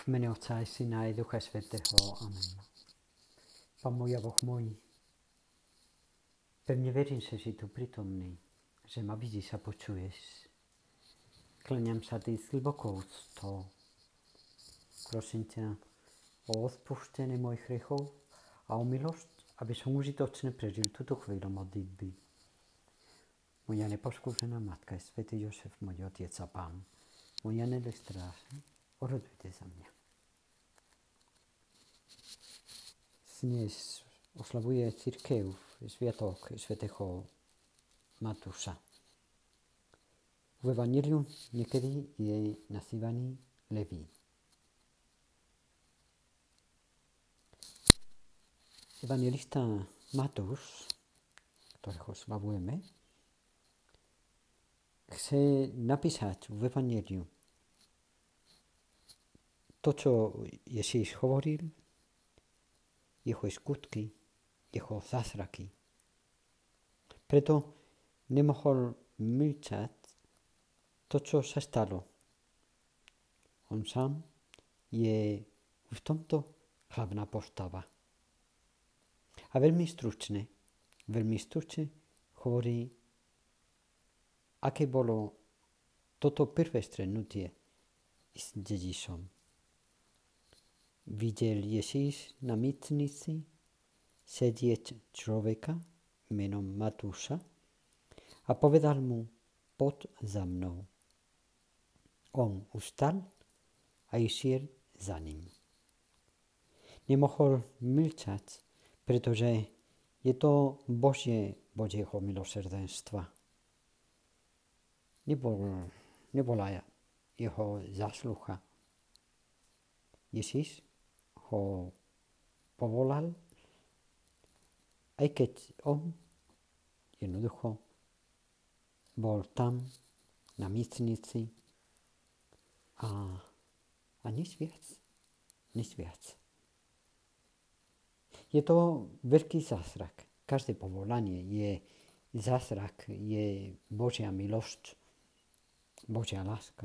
V jménu Otce i Syna i Ducha Svatého. Amen. Pán můj a Boh můj, pevně věřím, že jsi tu přítomný, že ma vidíš a počuješ. Kláňam sa ty s hlubokou úctou. Prosím ťa o odpuštenie mojich hriechov a o milosť, aby som užitočne prežil túto chvíľu modlitby. Moja nepoškvrnená matka je svätý Josef, môj otec a pán. Môj anjel strážny, orodujte za mňa. Dnes oslavuje církev sviatok svätého Matúša. V Evangeliu niekedy je nazývaný Leví. Evangelista Matúš, ktorého oslavujeme, chce napísať v Evangeliu to, čo Ježíš hovoril, jeho skutky, jeho zázraky. Preto nemohol mlčať to, čo sa stalo. On sám je v tomto hlavná postava. A veľmi stručne hovorí, aké bolo toto prvé stretnutie s Ježišom. Videl Ježíš na mytnici sedieť človeka menom Matúša a povedal mu, poď za mnou. On ustal a išiel za ním. Nemohol mlčať, pretože je to Božieho milosrdenstva. Nebola jeho zásluha. Ježíš ho povolal, aj keď on jednoducho bol tam na mytnici a nič viac. Je to veľký zázrak. Každé povolanie je zázrak, je Božia milosť, Božia láska.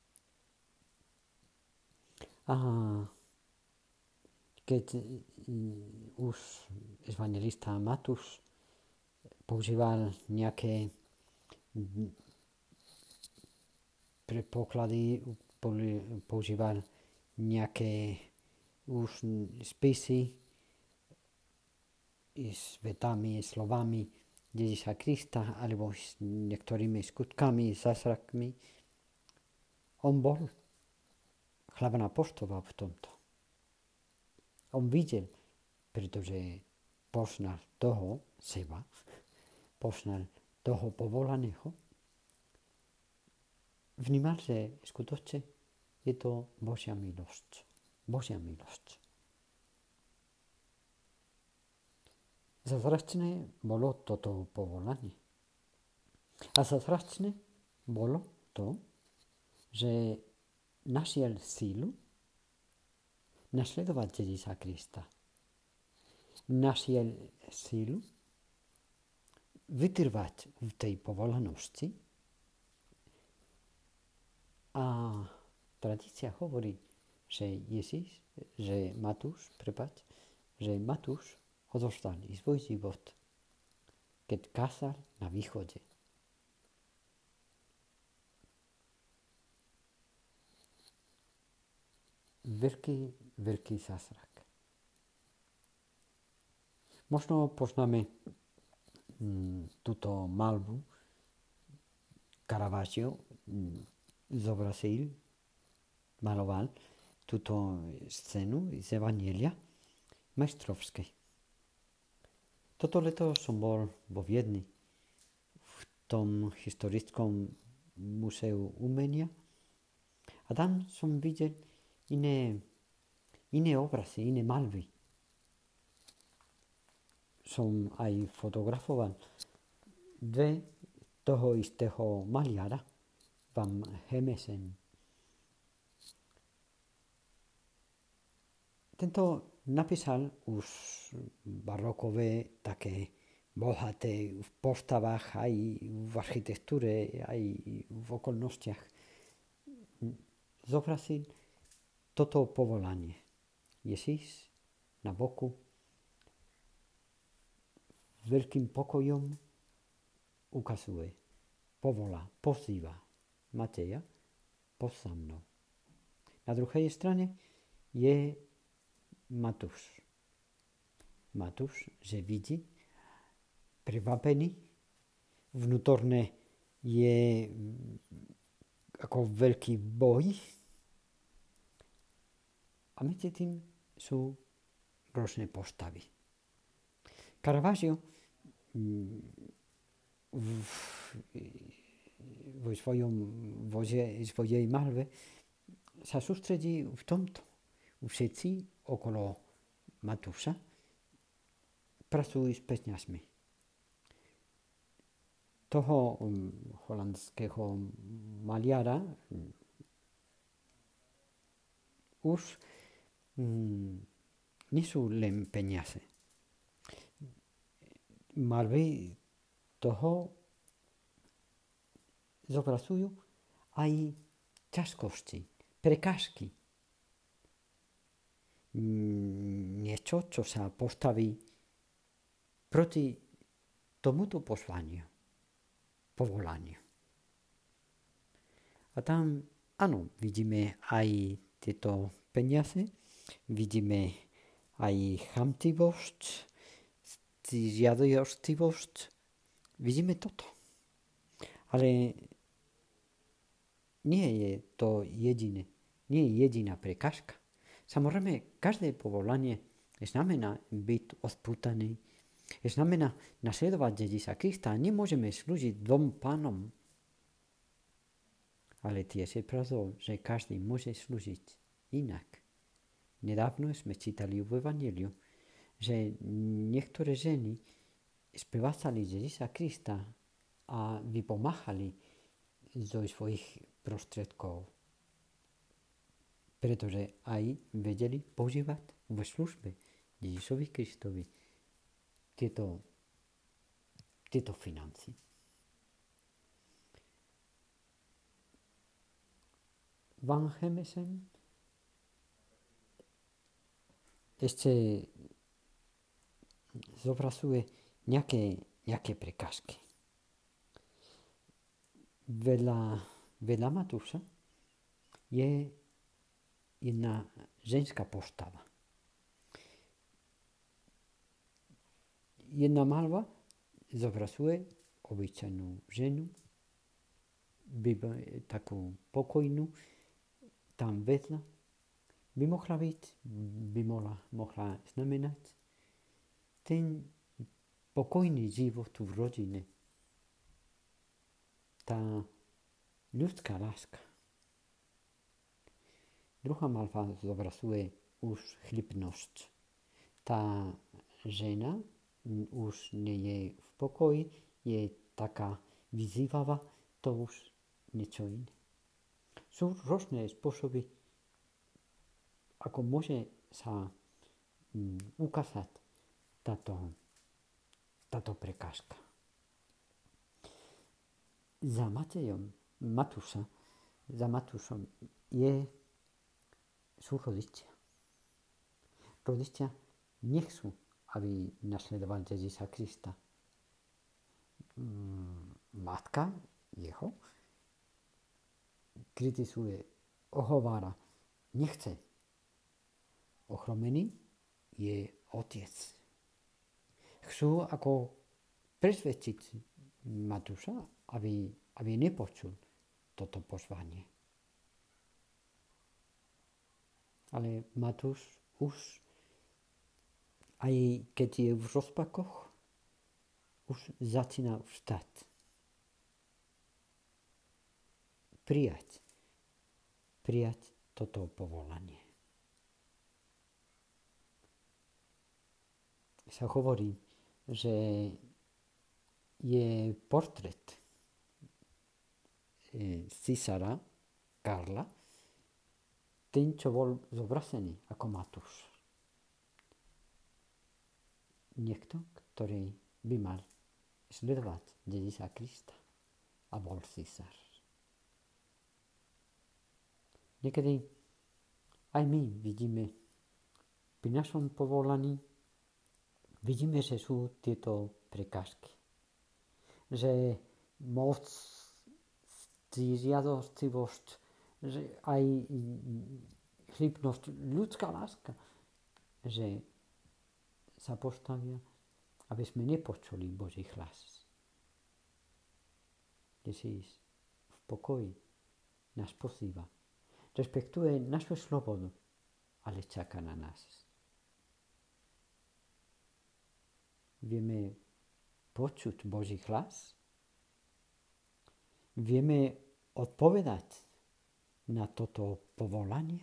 A keď už evangelista Matúš používal nejaké predpoklady, používal nejaké už spisy s vetami, slovami Ježíša Krista alebo s niektorými skutkami, zázrakmi. On bol hlavná postava v tomto. On videl, pretože poznal toho seba, poznal toho povolaného, vnímal, že skutočne je to Božia milosť. Zázračné bolo toto povolanie. A zázračné bolo to, že našiel sílu nasledovať Ježíša Krista. Našiel sílu vytrvať v tej povolanosti a tradícia hovorí, že Matúš odovzdal i svoj život, keď kázal na východe. Veľký zázrak. Možno poznáme túto malbu. Caravaggio maloval túto scénu z Evangelia majstrovskej. Toto leto som bol vo Viedni, v tom historickom museu umenia a tam som videl iné obrazy, iné malby. Som aj fotografoval dve toho istého maliara, Van Hemesen. Tento napísal už barokové, také bohaté v postavách, aj v architektúre, aj v okolnostiach. Zobrazil toto povolanie. Ježíš na boku veľkým pokojom ukazuje, povolá, pozýva Mateja, poď za mnou. Na druhej strane je Matúš. Matúš, že vidí, privabený, vnútorne je ako veľký boj a medzi tým sú rôzne postavy. Caravaggio vo svojej malbe sa sústredí v tomto. Všetci okolo Matúša pracujú s peniazmi. Toho holandského maliara už nie sú len peniaze. Malby toho zobrazujú aj ťažkosti, prekážky. Niečo, čo sa postaví proti tomuto poslaniu, povolaniu. A tam, áno, vidíme aj tieto peniaze, vidíme aj chamtivosť, žiadostivosť, vidíme toto. Ale nie je to jediné, nie je jediná prekážka. Samozrejme, každé povolanie znamená byť odpútaný, znamená nasledovať Ježíša Krista. Nemôžeme slúžiť dvom pánom. Ale tiež je pravdou, že každý môže slúžiť inak. Nedávno sme čítali v Evangeliu, že niektoré ženy sprevázali Ježíša Krista a vypomáhali zo svojich prostriedkov. Pretože aj vedeli používať v službe Ježišovi Kristovi tieto financie. Van Hemesen ešte zobrazuje nejaké prekážky. Vedľa Matúša je jedna ženská postava. Jedna malba zobrazuje obyčajnú ženu, takú pokojnú, tam vedľa by mohla byť, by mohla znamenať ten pokojný život v rodine. Tá ľudská láska. Druhá malba zobrazuje už chybnosť. Tá žena už nie je v pokoji, je taká vyzývavá, to už niečo iné. Sú rôzne spôsoby, ako môže sa ukázať táto prekážka. Za Matúšom sú rodičia. Rodičia nechcú, aby nasledovali Ježíša Krista. Matka jeho kritizuje, ohovára, nechce. Ochromený je otec. Chcú ako presvedčiť Matúša, aby nepočul toto pozvanie. Ale Matúš už, aj keď je v rozpakoch, už začína vstať. Prijať toto povolanie. Sa hovorí, že je portrét císara Karla, ten, čo bol zobrazený ako Matúš. Niekto, ktorý by mal sledovať Ježíša Krista a bol císar. Niekedy aj my vidíme pri našom povolaní, vidíme, že sú tieto prekážky. Že moc, žiadostivosť, že aj chlípnosť, ľudská láska, že sa postavia, aby sme nepočuli Boží hlas. Ježíš v pokoji nás pozýva. Respektuje našu slobodu, ale čaká na nás. Vieme počuť Boží hlas? Vieme odpovedať na toto povolanie?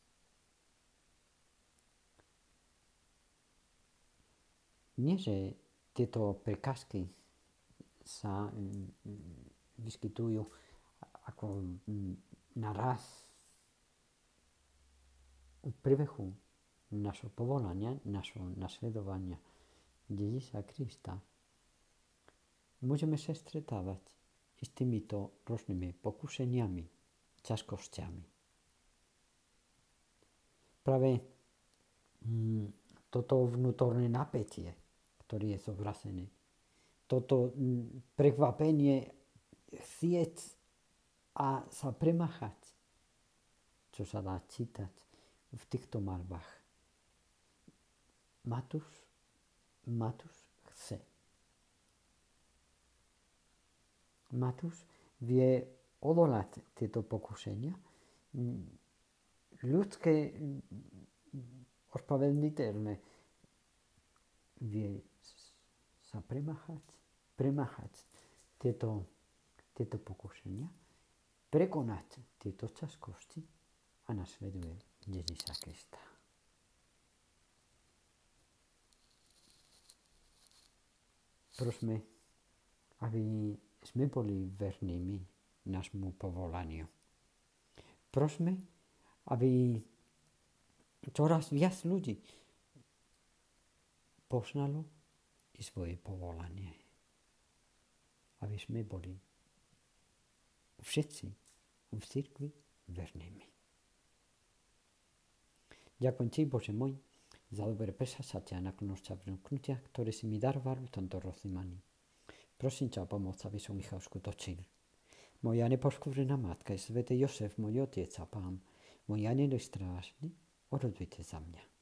Nie, že tieto prekážky sa vyskytujú ako naraz v priebehu našho povolania, našho nasledovania Ježíša Krista. Môžeme sa stretávať s týmito rôznymi pokušeniami, ťažkosťami. Práve toto vnútorné napätie, ktoré je zobrazené, toto prekvapenie chcieť a sa premáchať, čo sa dá čítať v týchto malbách. Matúš chce. Matúš vie odolať tieto pokušenia. Ľudské, ospravedlniteľné, vie sa premáchať tieto pokušenia, prekonať tieto ťažkosti a nasleduje Ježíša Krista. Prosme, aby sme boli vernými nášmu povolaniu. Prosme, aby čoraz viac ľudí poznalo i svoje povolanie. Aby sme boli všetci v cirkvi vernými. Ďakujem ti, Bože môj, za dobré presasatia a naklonosť a vnúknutia, ktoré si mi daroval v tomto rozjímaní. Prosím ťa o pomoc, aby som ich uskutočil. Moja nepoškvrnená matka, svätý Josef, môj otec a pán, môj anjel strážny, orodujte za mňa.